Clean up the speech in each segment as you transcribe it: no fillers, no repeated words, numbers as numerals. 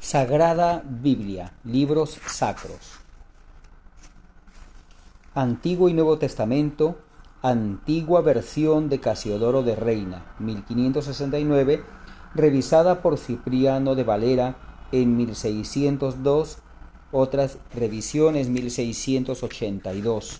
Sagrada Biblia, libros sacros. Antiguo y Nuevo Testamento, antigua versión de Casiodoro de Reina, 1569, revisada por Cipriano de Valera en 1602, otras revisiones 1682.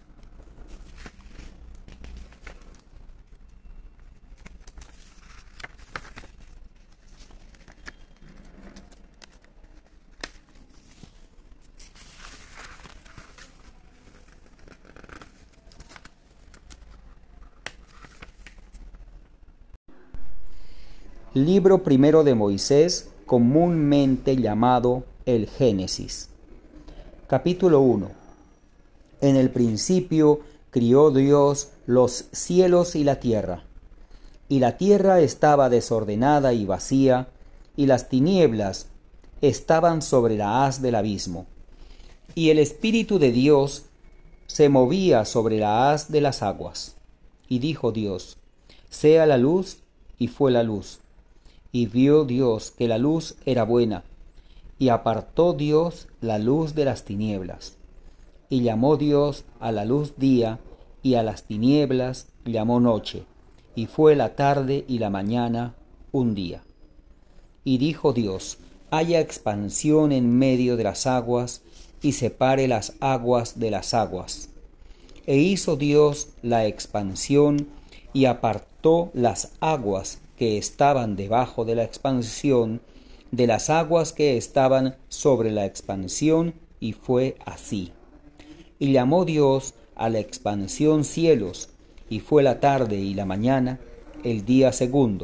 Libro primero de Moisés, comúnmente llamado el Génesis. Capítulo 1. En el principio crió Dios los cielos y la tierra. Y la tierra estaba desordenada y vacía, y las tinieblas estaban sobre la haz del abismo. Y el Espíritu de Dios se movía sobre la haz de las aguas. Y dijo Dios: sea la luz, y fue la luz. Y vio Dios que la luz era buena, y apartó Dios la luz de las tinieblas. Y llamó Dios a la luz día, y a las tinieblas llamó noche, y fue la tarde y la mañana un día. Y dijo Dios: haya expansión en medio de las aguas, y separe las aguas de las aguas. E hizo Dios la expansión, y apartó las aguas que estaban debajo de la expansión de las aguas que estaban sobre la expansión, y fue así. Y llamó Dios a la expansión cielos, y fue la tarde y la mañana el día segundo.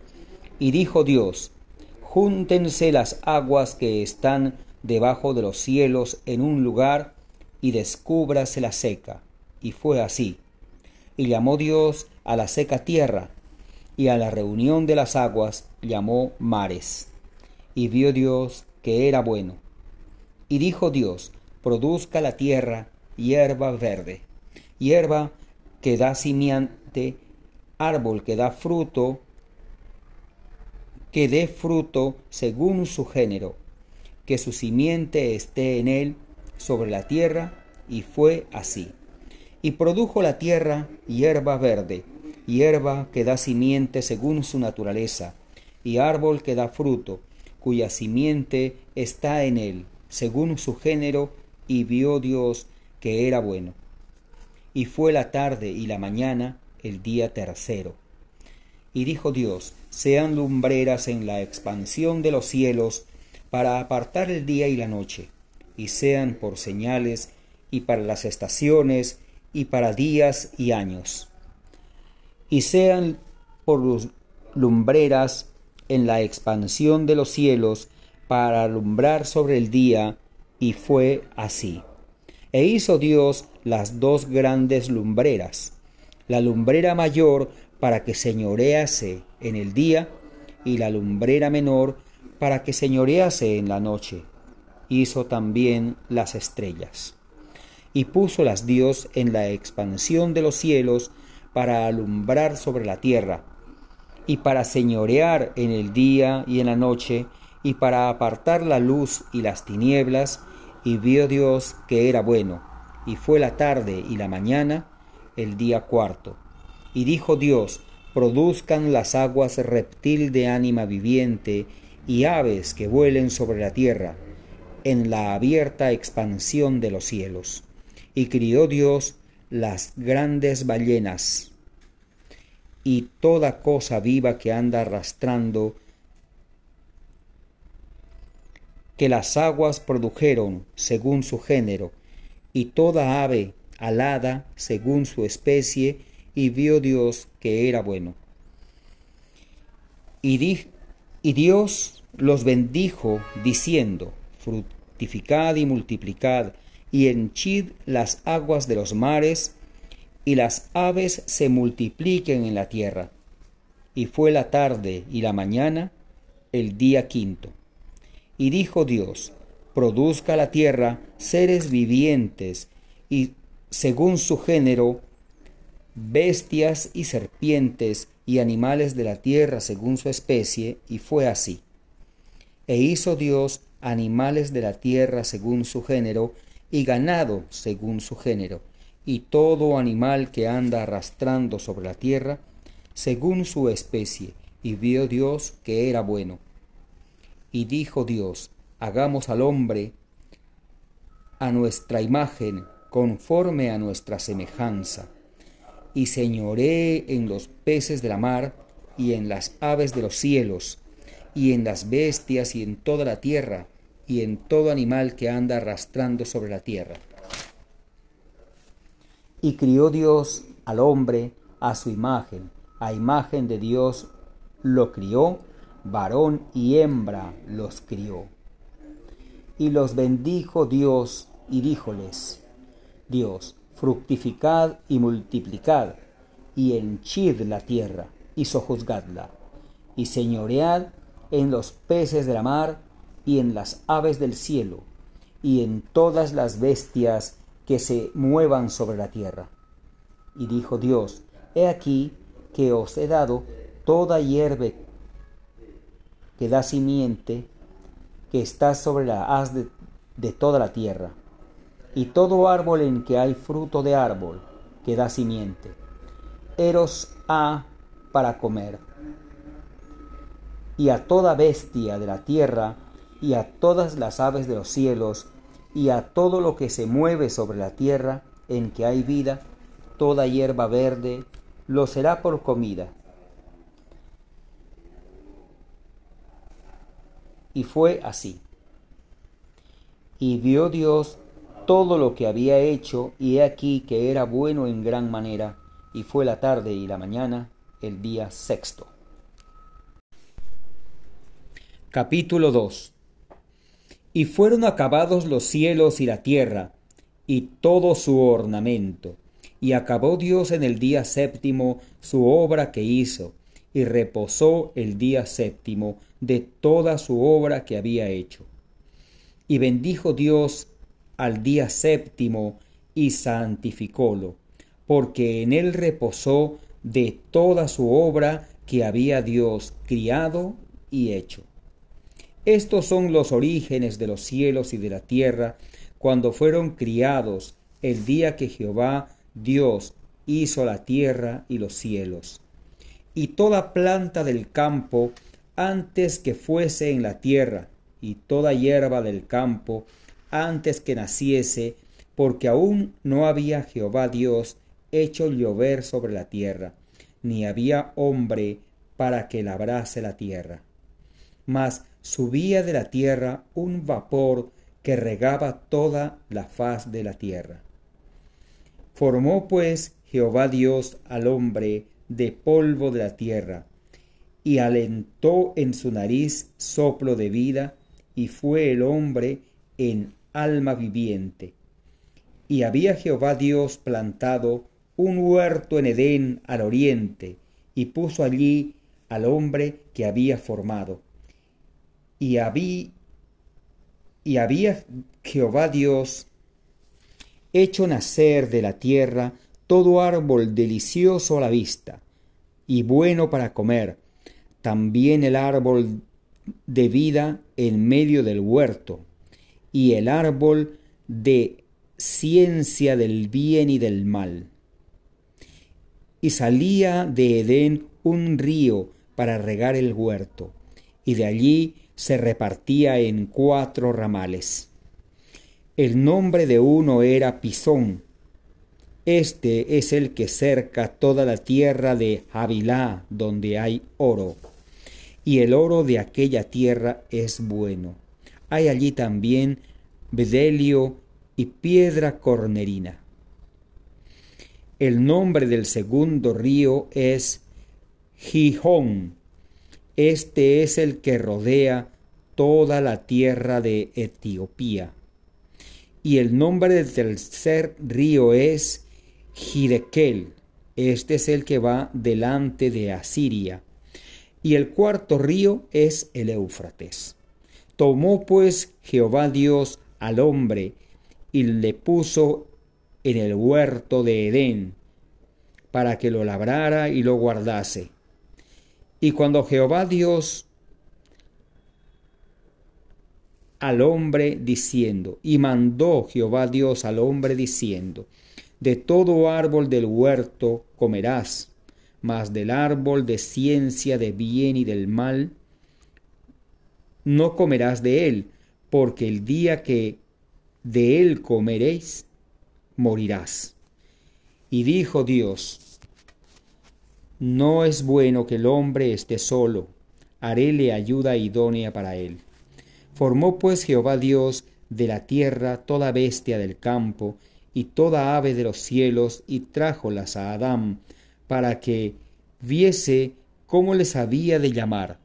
Y dijo Dios: júntense las aguas que están debajo de los cielos en un lugar, y descúbrase la seca. Y fue así. Y llamó Dios a la seca tierra, y a la reunión de las aguas llamó mares. Y vio Dios que era bueno. Y dijo Dios: produzca la tierra hierba verde, hierba que da simiente, árbol que da fruto, que dé fruto según su género, que su simiente esté en él sobre la tierra. Y fue así. Y produjo la tierra hierba verde, hierba que da simiente según su naturaleza, y árbol que da fruto, cuya simiente está en él, según su género. Y vio Dios que era bueno. Y fue la tarde y la mañana el día tercero. Y dijo Dios: sean lumbreras en la expansión de los cielos, para apartar el día y la noche, y sean por señales, y para las estaciones, y para días y años. Y sean por lumbreras en la expansión de los cielos, para alumbrar sobre el día. Y fue así. E hizo Dios las dos grandes lumbreras, la lumbrera mayor para que señorease en el día, y la lumbrera menor para que señorease en la noche. Hizo también las estrellas. Y púsolas Dios en la expansión de los cielos, para alumbrar sobre la tierra, y para señorear en el día y en la noche, y para apartar la luz y las tinieblas. Y vio Dios que era bueno. Y fue la tarde y la mañana el día cuarto. Y dijo Dios: produzcan las aguas reptil de ánima viviente, y aves que vuelen sobre la tierra, en la abierta expansión de los cielos. Y crió Dios las grandes ballenas, y toda cosa viva que anda arrastrando, que las aguas produjeron según su género, y toda ave alada según su especie. Y vio Dios que era bueno. Y Dios los bendijo, diciendo: fructificad y multiplicad, y henchid las aguas de los mares, y las aves se multipliquen en la tierra. Y fue la tarde y la mañana el día quinto. Y dijo Dios: produzca la tierra seres vivientes, y según su género, bestias y serpientes, y animales de la tierra según su especie. Y fue así. E hizo Dios animales de la tierra según su género, y ganado según su género, y todo animal que anda arrastrando sobre la tierra, según su especie. Y vio Dios que era bueno. Y dijo Dios: hagamos al hombre a nuestra imagen, conforme a nuestra semejanza, y señoree en los peces de la mar, y en las aves de los cielos, y en las bestias, y en toda la tierra, y en todo animal que anda arrastrando sobre la tierra. Y crió Dios al hombre a su imagen de Dios lo crió, varón y hembra los crió. Y los bendijo Dios, y díjoles Dios: fructificad y multiplicad, y henchid la tierra, y sojuzgadla, y señoread en los peces de la mar, y en las aves del cielo, y en todas las bestias que se muevan sobre la tierra. Y dijo Dios: he aquí que os he dado toda hierba que da simiente, que está sobre la haz de toda la tierra, y todo árbol en que hay fruto de árbol que da simiente, heros ha para comer. Y a toda bestia de la tierra, y a todas las aves de los cielos, y a todo lo que se mueve sobre la tierra en que hay vida, toda hierba verde lo será por comida. Y fue así. Y vio Dios todo lo que había hecho, y he aquí que era bueno en gran manera. Y fue la tarde y la mañana, el día sexto. Capítulo 2. Y fueron acabados los cielos y la tierra, y todo su ornamento. Y acabó Dios en el día séptimo su obra que hizo, y reposó el día séptimo de toda su obra que había hecho. Y bendijo Dios al día séptimo, y santificólo, porque en él reposó de toda su obra que había Dios criado y hecho. Estos son los orígenes de los cielos y de la tierra, cuando fueron criados, el día que Jehová Dios hizo la tierra y los cielos. Y toda planta del campo, antes que fuese en la tierra, y toda hierba del campo, antes que naciese, porque aún no había Jehová Dios hecho llover sobre la tierra, ni había hombre para que labrase la tierra. Mas subía de la tierra un vapor que regaba toda la faz de la tierra. Formó pues Jehová Dios al hombre de polvo de la tierra, y alentó en su nariz soplo de vida, y fue el hombre en alma viviente. Y había Jehová Dios plantado un huerto en Edén al oriente, y puso allí al hombre que había formado. Y había Jehová Dios hecho nacer de la tierra todo árbol delicioso a la vista, y bueno para comer, también el árbol de vida en medio del huerto, y el árbol de ciencia del bien y del mal. Y salía de Edén un río para regar el huerto, y de allí se repartía en 4 ramales. El nombre de uno era Pisón. Este es el que cerca toda la tierra de Havilá, donde hay oro. Y el oro de aquella tierra es bueno. Hay allí también bedelio y piedra cornerina. El nombre del segundo río es Gihón. Este es el que rodea toda la tierra de Etiopía. Y el nombre del tercer río es Gidekel. Este es el que va delante de Asiria. Y el cuarto río es el Éufrates. Tomó pues Jehová Dios al hombre y le puso en el huerto de Edén para que lo labrara y lo guardase. Y cuando Jehová Dios al hombre diciendo, y mandó Jehová Dios al hombre diciendo, de todo árbol del huerto comerás, mas del árbol de ciencia de bien y del mal no comerás de él, porque el día que de él comeréis, morirás. Y dijo Dios, no es bueno que el hombre esté solo, haréle ayuda idónea para él. Formó pues Jehová Dios de la tierra toda bestia del campo y toda ave de los cielos, y trájolas a Adán, para que viese cómo les había de llamar.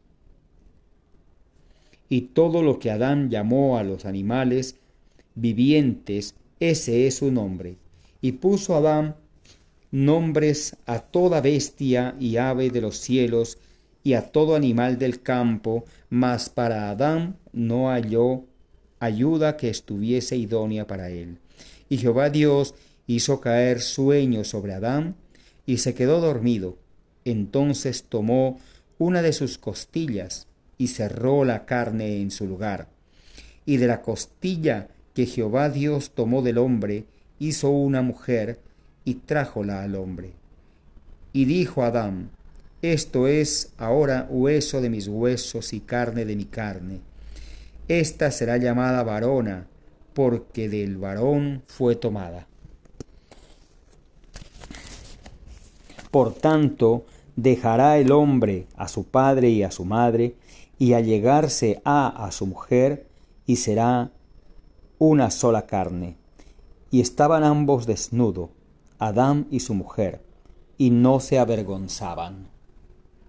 Y todo lo que Adán llamó a los animales vivientes, ese es su nombre. Y puso Adán nombres a toda bestia y ave de los cielos y a todo animal del campo, mas para Adán no halló ayuda que estuviese idónea para él. Y Jehová Dios hizo caer sueño sobre Adán, y se quedó dormido. Entonces tomó una de sus costillas, y cerró la carne en su lugar. Y de la costilla que Jehová Dios tomó del hombre, hizo una mujer, y trájola al hombre. Y dijo Adán, esto es ahora hueso de mis huesos y carne de mi carne. Esta será llamada varona, porque del varón fue tomada. Por tanto, dejará el hombre a su padre y a su madre, y allegarse a su mujer, y será una sola carne. Y estaban ambos desnudos, Adán y su mujer, y no se avergonzaban.